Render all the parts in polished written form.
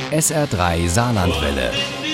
SR3 Saarlandwelle.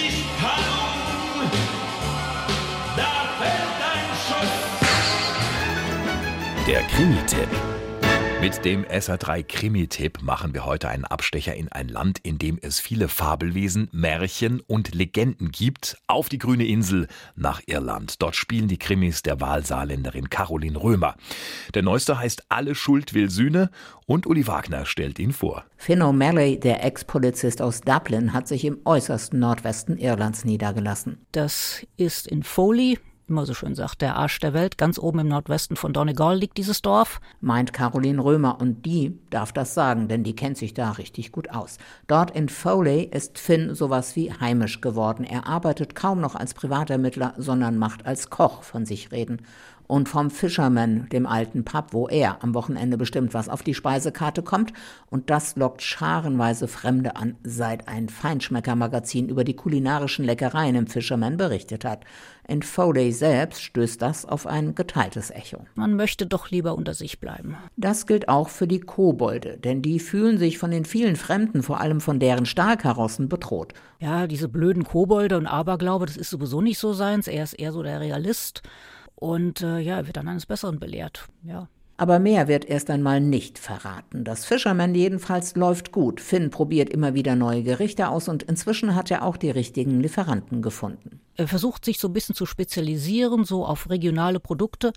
Der Krimi-Tipp. Mit dem SR3 Krimi-Tipp machen wir heute einen Abstecher in ein Land, in dem es viele Fabelwesen, Märchen und Legenden gibt. Auf die grüne Insel nach Irland. Dort spielen die Krimis der Wahlsaarländerin Caroline Römer. Der neueste heißt Alle Schuld will Sühne und Uli Wagner stellt ihn vor. Finn O'Malley, der Ex-Polizist aus Dublin, hat sich im äußersten Nordwesten Irlands niedergelassen. Das ist in Foley. Immer so schön sagt, der Arsch der Welt. Ganz oben im Nordwesten von Donegal liegt dieses Dorf. Meint Caroline Römer, und die darf das sagen, denn die kennt sich da richtig gut aus. Dort in Foley ist Finn sowas wie heimisch geworden. Er arbeitet kaum noch als Privatermittler, sondern macht als Koch von sich reden. Und vom Fisherman, dem alten Pub, wo er am Wochenende bestimmt, was auf die Speisekarte kommt. Und das lockt scharenweise Fremde an, seit ein Feinschmecker-Magazin über die kulinarischen Leckereien im Fisherman berichtet hat. In Foley selbst stößt das auf ein geteiltes Echo. Man möchte doch lieber unter sich bleiben. Das gilt auch für die Kobolde, denn die fühlen sich von den vielen Fremden, vor allem von deren Stahlkarossen, bedroht. Ja, diese blöden Kobolde und Aberglaube, das ist sowieso nicht so seins. Er ist eher so der Realist. Und er wird dann eines Besseren belehrt, ja. Aber mehr wird erst einmal nicht verraten. Das Fisherman jedenfalls läuft gut. Finn probiert immer wieder neue Gerichte aus und inzwischen hat er auch die richtigen Lieferanten gefunden. Er versucht sich so ein bisschen zu spezialisieren, so auf regionale Produkte.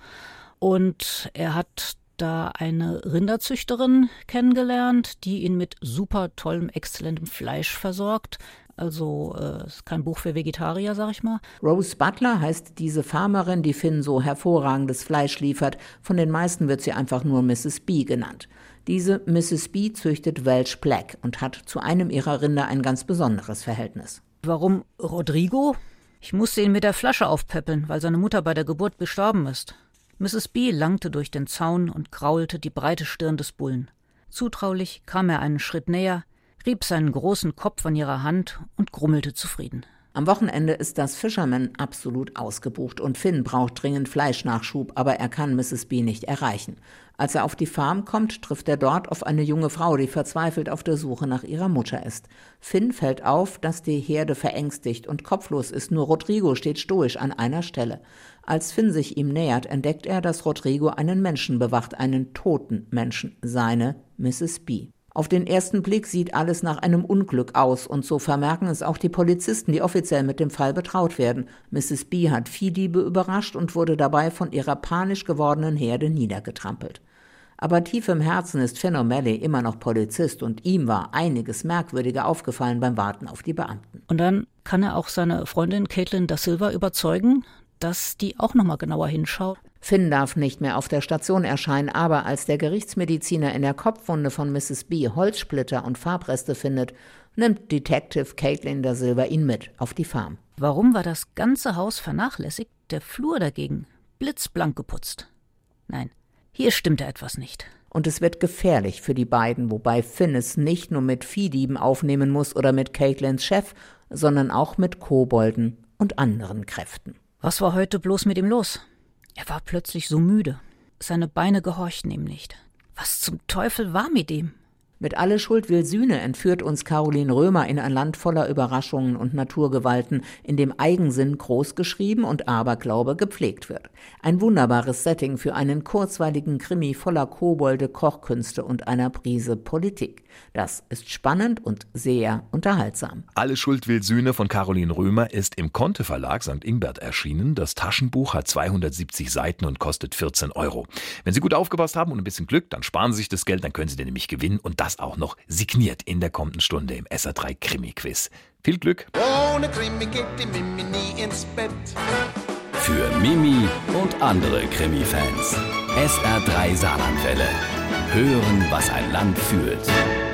Und er hat da eine Rinderzüchterin kennengelernt, die ihn mit super tollem, exzellentem Fleisch versorgt. Also ist kein Buch für Vegetarier, sag ich mal. Rose Butler heißt diese Farmerin, die Finn so hervorragendes Fleisch liefert. Von den meisten wird sie einfach nur Mrs. B genannt. Diese Mrs. B züchtet Welsh Black und hat zu einem ihrer Rinder ein ganz besonderes Verhältnis. Warum Rodrigo? Ich musste ihn mit der Flasche aufpäppeln, weil seine Mutter bei der Geburt gestorben ist. Mrs. B langte durch den Zaun und kraulte die breite Stirn des Bullen. Zutraulich kam er einen Schritt näher, rieb seinen großen Kopf an ihrer Hand und grummelte zufrieden. Am Wochenende ist das Fisherman absolut ausgebucht und Finn braucht dringend Fleischnachschub, aber er kann Mrs. B nicht erreichen. Als er auf die Farm kommt, trifft er dort auf eine junge Frau, die verzweifelt auf der Suche nach ihrer Mutter ist. Finn fällt auf, dass die Herde verängstigt und kopflos ist, nur Rodrigo steht stoisch an einer Stelle. Als Finn sich ihm nähert, entdeckt er, dass Rodrigo einen Menschen bewacht, einen toten Menschen, seine Mrs. B. Auf den ersten Blick sieht alles nach einem Unglück aus und so vermerken es auch die Polizisten, die offiziell mit dem Fall betraut werden. Mrs. B hat Viehdiebe überrascht und wurde dabei von ihrer panisch gewordenen Herde niedergetrampelt. Aber tief im Herzen ist Finn O'Malley immer noch Polizist und ihm war einiges Merkwürdige aufgefallen beim Warten auf die Beamten. Und dann kann er auch seine Freundin Caitlin da Silva überzeugen, dass die auch nochmal genauer hinschaut. Finn darf nicht mehr auf der Station erscheinen, aber als der Gerichtsmediziner in der Kopfwunde von Mrs. B Holzsplitter und Farbreste findet, nimmt Detective Caitlin da Silva ihn mit auf die Farm. Warum war das ganze Haus vernachlässigt, der Flur dagegen blitzblank geputzt? Nein, hier stimmte etwas nicht. Und es wird gefährlich für die beiden, wobei Finn es nicht nur mit Viehdieben aufnehmen muss oder mit Caitlins Chef, sondern auch mit Kobolden und anderen Kräften. Was war heute bloß mit ihm los? Er war plötzlich so müde. Seine Beine gehorchten ihm nicht. Was zum Teufel war mit ihm? Mit Alle Schuld will Sühne entführt uns Caroline Römer in ein Land voller Überraschungen und Naturgewalten, in dem Eigensinn großgeschrieben und Aberglaube gepflegt wird. Ein wunderbares Setting für einen kurzweiligen Krimi voller Kobolde, Kochkünste und einer Prise Politik. Das ist spannend und sehr unterhaltsam. Alle Schuld will Sühne von Caroline Römer ist im Conte Verlag St. Ingbert erschienen. Das Taschenbuch hat 270 Seiten und kostet 14 €. Wenn Sie gut aufgepasst haben und ein bisschen Glück, dann sparen Sie sich das Geld, dann können Sie den nämlich gewinnen und das auch noch signiert in der kommenden Stunde im SR3 Krimi-Quiz. Viel Glück! Ohne Krimi geht die Mimi nie ins Bett. Für Mimi und andere Krimi-Fans. SR3 Saarlandwelle. Hören, was ein Land fühlt.